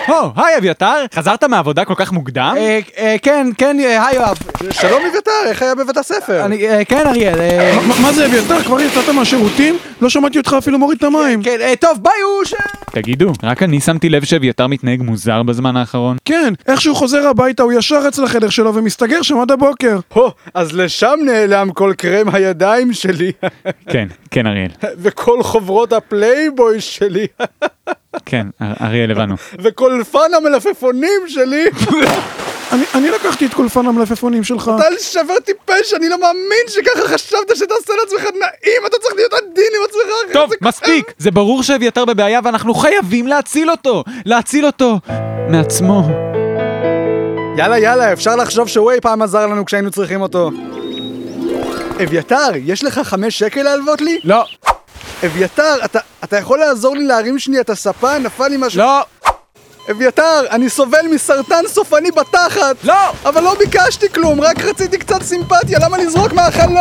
היי אביתר, חזרת מהעבודה כל כך מוקדם? כן, היי יואב. שלום אביתר, איך היה בבית הספר? כן אריאל. מה זה אביתר? כבר יצאת מהשירותים? לא שמעתי אותך אפילו מוריד את המים. כן, טוב, ביי אוש. תגידו, רק אני שמתי לב שאביתר מתנהג מוזר בזמן האחרון? כן, איך שהוא חוזר הביתה הוא ישר רץ לחדר שלו ומסתגר שם עד הבוקר. אז לשם נעלם כל קרם הידיים שלי. כן אריאל. וכל חוברות הפלייבוי שלי. כן, אריאל הבנו. וכל פן המלפפונים שלי. אני לקחתי את כל פן המלפפונים שלך. אתה שבר טיפש, אני לא מאמין שככה חשבת שתעשה לעצמך נעים, אתה צריך להיות עדין עם עצמך. טוב, מספיק, זה ברור שאביתר בבעיה ואנחנו חייבים להציל אותו מעצמו. יאללה, אפשר לחשוב שהוא אי פעם עזר לנו כשהיינו צריכים אותו. אביתר, יש לך 5 שקל להלוות לי? לא. אביתר, אתה יכול לעזור לי להרים שנייה את הספה? נפל לי משהו. לא. אביתר, אני סובל מסרטן סופני בתחת. לא. אבל לא ביקשתי כלום, רק רציתי קצת סימפתיה, למה לזרוק מהחלום?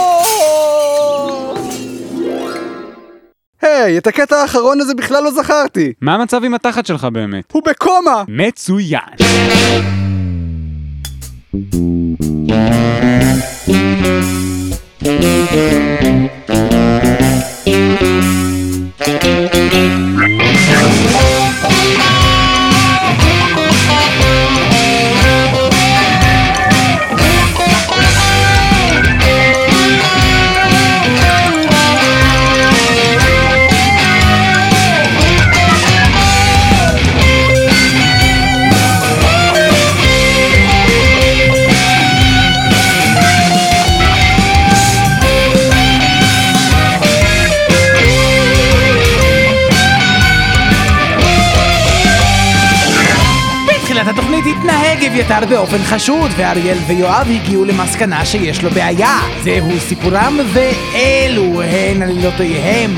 היי, את הקטע האחרון הזה בכלל לא זכרתי. מה המצב עם התחת שלך באמת? הוא בקומה. מצוין. התוכנית התנהג אביתר באופן חשוד, ואריאל ויואב הגיעו למסקנה שיש לו בעיה. זהו סיפורם ואלו הן עלילותיהם.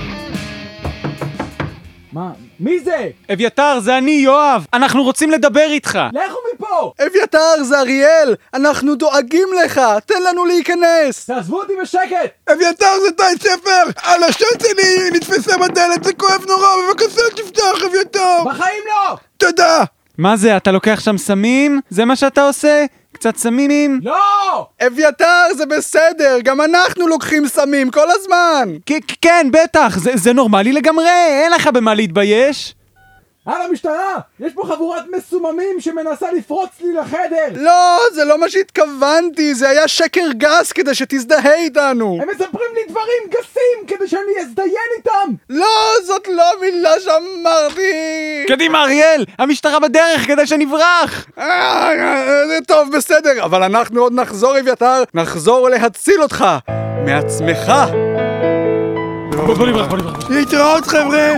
מי זה? אביתר, זה אני יואב, אנחנו רוצים לדבר איתך. לכו מפה! אביתר, זה אריאל, אנחנו דואגים לך, תן לנו להיכנס. תעזבו אותי בשקט! אביתר, זה תאי ספר! הלשון שלי נתפסה בדלת, זה כואב נורא, בבקשה תפתח אביתר! בחיים לא! תודה! מה זה, אתה לוקח שם סמים? זה מה שאתה עושה? קצת סמים? לא! אביתר, זה בסדר, גם אנחנו לוקחים סמים כל הזמן. כן, בטח, זה נורמלי לגמרי, אין לך במה להתבייש. המשטרה! יש פה חבורת מסוממים שמנסה לפרוץ לי לחדר! לא, זה לא מה שהתכוונתי, זה היה שקר גס כדי שתזדהה איתנו. הם מספרים לי דברים גסים כדי שאני אזדיין איתם! לא, זאת לא מילה שאמרתי. קדימה אריאל, המשטרה בדרך כדי שנברח. זה טוב, בסדר, אבל אנחנו עוד נחזור אביתר, נחזור להציל אותך מעצמך. בוא נברח. להתראות חבר'ה!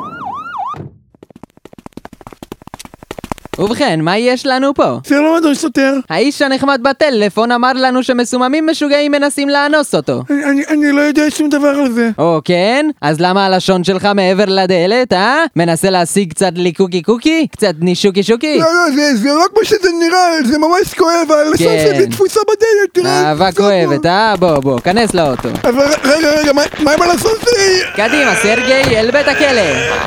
ובכן, מה יש לנו פה? שלום אדון שוטר. האיש הנחמד בטלפון אמר לנו שמסוממים משוגעים מנסים לאנוס אותו. אני לא יודע שום דבר על זה. או כן? אז למה הלשון שלך מעבר לדלת, אה? מנסה להשיג קצת ליקוקי קוקי? קצת נישוקי שוקי? לא, זה לא כמו שזה נראה, זה ממש כואב, הלשון שלי תפוסה בדלת, תראה. אהבה כואבת, בוא, כנס לאוטו. אבל רגע, מה עם הלשון שלי? קדימה, סרגי, אל בית הכלא.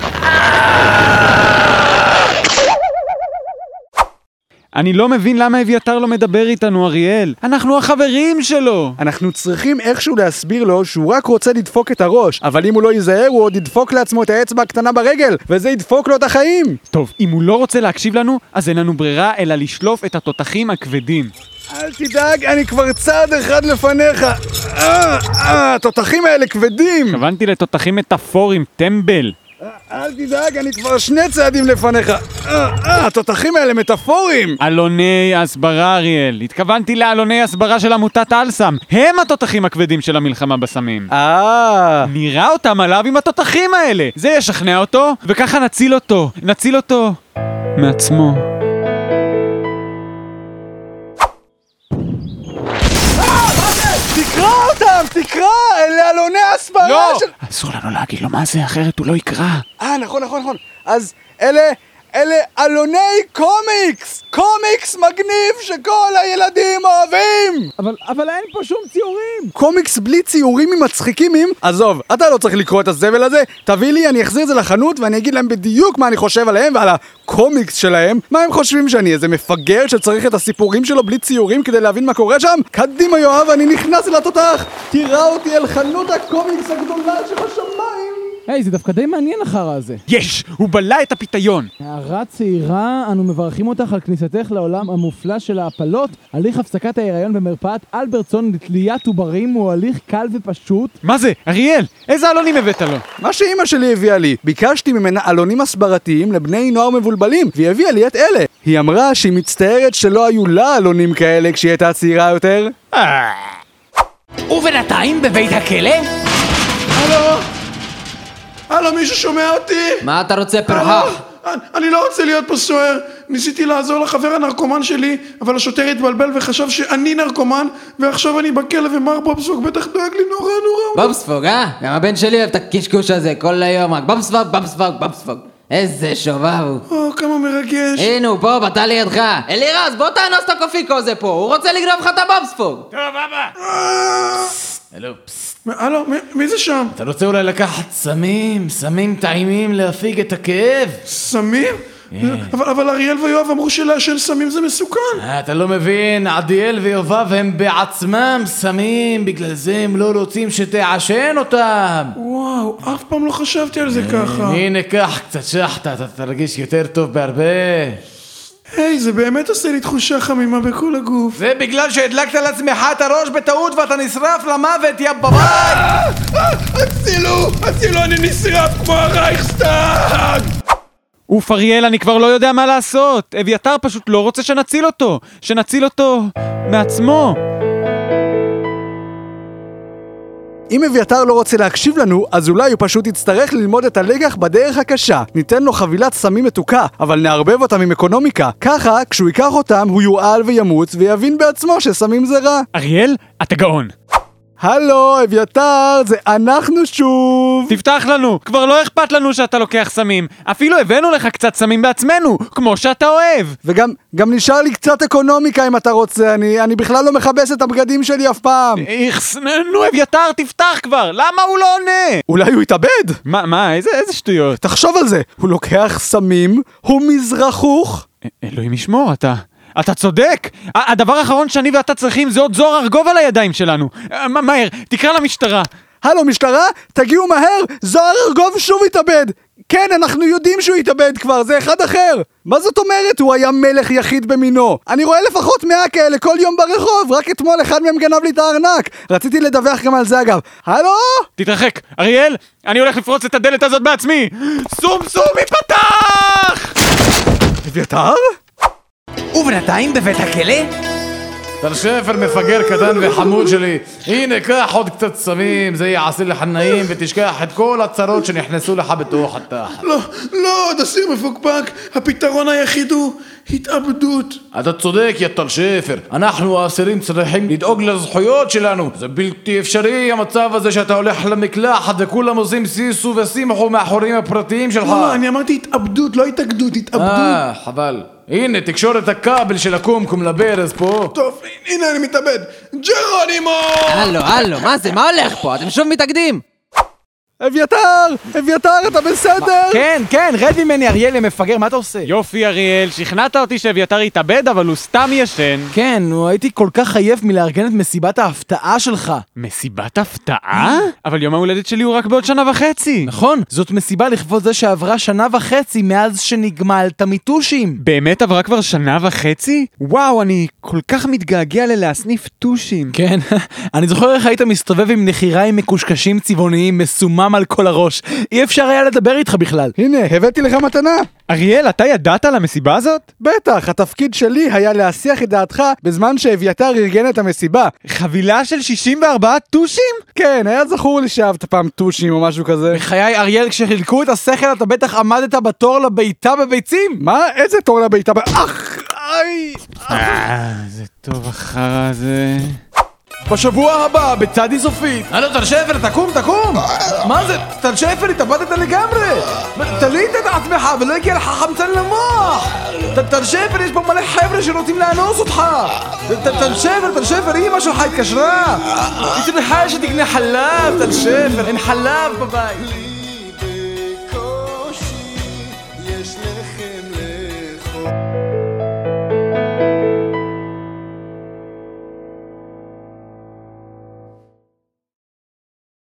אני לא מבין למה אביתר לא מדבר איתנו, אריאל. אנחנו החברים שלו. אנחנו צריכים איכשהו להסביר לו שהוא רק רוצה לדפוק את הראש, אבל אם הוא לא ייזהר הוא עוד ידפוק לעצמו את האצבע הקטנה ברגל, וזה ידפוק לו את החיים. טוב, אם הוא לא רוצה להקשיב לנו, אז אין לנו ברירה אלא לשלוף את התותחים הכבדים. אל תדאג, אני כבר צעד אחד לפניך. התותחים האלה כבדים. התכוונתי לתותחים מטאפוריים, טמבל. אל תדאג, אני כבר 2 צעדים לפניך. התותחים האלה מטאפוריים. אלוני הסברה, אריאל. התכוונתי לאלוני הסברה של עמותת אלסם. הם התותחים הכבדים של המלחמה בסמים. נראה אותם עליו עם התותחים האלה. זה ישכנע אותו, וככה נציל אותו מעצמו. תקרא, אלה אלוני הסברה לא! אסור לנו להגיד לו מה זה, אחרת הוא לא יקרא. נכון. אז אלה אלה אלוני קומיקס! קומיקס מגניב שכל הילדים אוהבים! אבל אין פה שום ציורים! קומיקס בלי ציורים מצחיקים עם... עזוב, אתה לא צריך לקרוא את הזבל הזה, תביא לי, אני אחזיר את זה לחנות ואני אגיד להם בדיוק מה אני חושב עליהם ועל הקומיקס שלהם. מה הם חושבים שאני איזה מפגר שצריך את הסיפורים שלו בלי ציורים כדי להבין מה קורה שם? קדימה יואב, אני נכנס לתותח! תראה אותי אל חנות הקומיקס הגדולה שבשמיים! היי, זה דווקא די מעניין החרא הזה. יש! הוא בלע את הפיתיון! הערה צעירה, אנו מברכים אותך על כניסתך לעולם המופלא של ההפלות. הליך הפסקת ההיריון במרפאת אלברטסון לתליית עוברים הוא הליך קל ופשוט. מה זה? אריאל, איזה אלונים הבאת לו? מה שאמא שלי הביאה לי. ביקשתי ממנה אלונים הסברתיים לבני נוער מבולבלים, והיא הביאה לי את אלה. היא אמרה שהיא מצטערת שלא היו לה אלונים כאלה כשהיא הייתה צעירה יותר. ובינתיים בבית הכלא? הלו, מישהו שומע אותי? מה אתה רוצה פרחח? אני לא רוצה להיות פה סוער. ניסיתי לעזור לחבר הנרקומן שלי, אבל השוטר התבלבל וחשב שאני נרקומן, ועכשיו אני בכלא ומר בובספוג בטח דואג לי נורא נורא. בובספוג, גם הבן שלי אוהב את הקשקוש הזה כל היום, רק בובספוג, בובספוג, בובספוג. איזה שובב הוא. כמה מרגש. הנה הוא פה, בטא לידך. אלירז, בוא תאנוס את הקופיקו הזה פה, הוא רוצה לגנוב לך את הבובספוג. טוב, אבא! הלו, הלו, מי זה שם? אתה רוצה אולי לקחת סמים טעימים להפיג את הכאב? סמים? אבל אריאל ויואב אמרו שלעשן סמים זה מסוכן. אתה לא מבין, עדיאל ויובב הם בעצמם סמים, בגלל זה הם לא רוצים שתעשן אותם. וואו, אף פעם לא חשבתי על זה ככה. הנה, קח קצת שחטה, אתה תרגיש יותר טוב בהרבה. היי, זה באמת עושה לי תחושה חמימה בכל הגוף. זה בגלל שהדלקת לעצמך את הראש בטעות ואתה נשרף למוות, יא בבית! הצילו, אני נשרף כמו הרייכסטאג! אוף אריאל, אני כבר לא יודע מה לעשות. אביתר פשוט לא רוצה שנציל אותו. שנציל אותו מעצמו. אם אביתר לא רוצה להקשיב לנו, אז אולי הוא פשוט יצטרך ללמוד את הלקח בדרך הקשה. ניתן לו חבילת סמים מתוקה, אבל נערבב אותם עם אקונומיקה. ככה, כשהוא ייקח אותם, הוא יועל וימות ויבין בעצמו שסמים זה רע. אריאל, אתה גאון. הלו, אביתר, זה אנחנו שוב. תפתח לנו, כבר לא אכפת לנו שאתה לוקח סמים. אפילו הבאנו לך קצת סמים בעצמנו, כמו שאתה אוהב. וגם נשאר לי קצת אקונומיקה אם אתה רוצה, אני בכלל לא מחבס את הבגדים שלי אף פעם. איכס, נו אביתר, תפתח כבר, למה הוא לא עונה? אולי הוא יתאבד? מה, איזה שטויות? תחשוב על זה, הוא לוקח סמים, הוא מזרחוך. אלוהים ישמור, אתה צודק! הדבר האחרון שאני ואתה צריכים זה עוד זוהר ארגוב על הידיים שלנו. מהר, תקרא למשטרה. הלו, משטרה, תגיעו מהר, זוהר ארגוב שוב התאבד. כן, אנחנו יודעים שהוא התאבד כבר, זה אחד אחר. מה זאת אומרת? הוא היה מלך יחיד במינו. אני רואה לפחות 100 כאלה כל יום ברחוב, רק אתמול אחד מהם גנב לי את הארנק. רציתי לדווח גם על זה אגב. הלו? תתרחק, אריאל, אני הולך לפרוץ את הדלת הזאת בעצמי. סום יפתח! אביתר? ובינתיים בבית הכלא? תרשפר מפגר קטן וחמוד שלי, הנה קח עוד קצת סמים, זה יעשה לך נעים ותשכח את כל הצרות שנכנסו לך בתוך התחת. לא, עוד אסיר מפוקפק, הפתרון היחיד הוא התאבדות. אתה צודק יא תרשפר, אנחנו האסירים צריכים לדאוג לזכויות שלנו. זה בלתי אפשרי המצב הזה שאתה הולך למקלחת וכולם עושים סיסו ושימחו מאחורים הפרטיים שלך. לא, אני אמרתי התאבדות, לא התאגדות, התאבדות. חבל. הנה, תקשור את הכבל של הקומקום לברז פה. טוב, הנה אני מתאבד. ג'רונימו! הלו, מה זה? מה הולך פה? אתם שוב מתאגדים? אביתר, אתה בסדר? כן, רד ממני אריאל המפגר, מה אתה עושה? יופי אריאל, שכנעת אותי שאביתר יתאבד, אבל הוא סתם ישן. כן, הייתי כל כך חייב מלארגן את מסיבת ההפתעה שלך. מסיבת הפתעה? אבל יום ההולדת שלי הוא רק בעוד 1.5 שנה. נכון, זאת מסיבה לכבוד זה שעברה 1.5 שנה מאז שנגמלת מטושים. באמת עברה כבר 1.5 שנה? וואו, אני כל כך מתגעגע ללהסניף טושים. כן, אני זוכר איך היית מסתובב עם נחיריים מקושקשים צבעוניים מסומם על כל הראש. אי אפשר היה לדבר איתך בכלל. הנה, הבאתי לך מתנה. אריאל, אתה ידעת על המסיבה הזאת? בטח, התפקיד שלי היה להסיח את דעתך בזמן שאביתר ארגן את המסיבה. חבילה של 64 טושים? כן, היה זכור לי שאהבת פעם טושים או משהו כזה. בחיי אריאל, כשחילקו את השכל אתה בטח עמדת בתור לביתה בביצים. מה? איזה תור לביתה? זה טוב החרא הזה. בשבוע הבא, בצדי סופית. הלו, טל שפר, תקום! מה זה? טל שפר, התאבדת לגמרי! תליט את עצמך ולא הגיע לך חמצן למוח! טל שפר, יש פה מלא חבר'ה שרוצים לאנוס אותך! טל שפר, אמא שלך התקשרה! היא צריכה שתקנה חלב, טל שפר, אין חלב בבית! לי בקושי יש לחם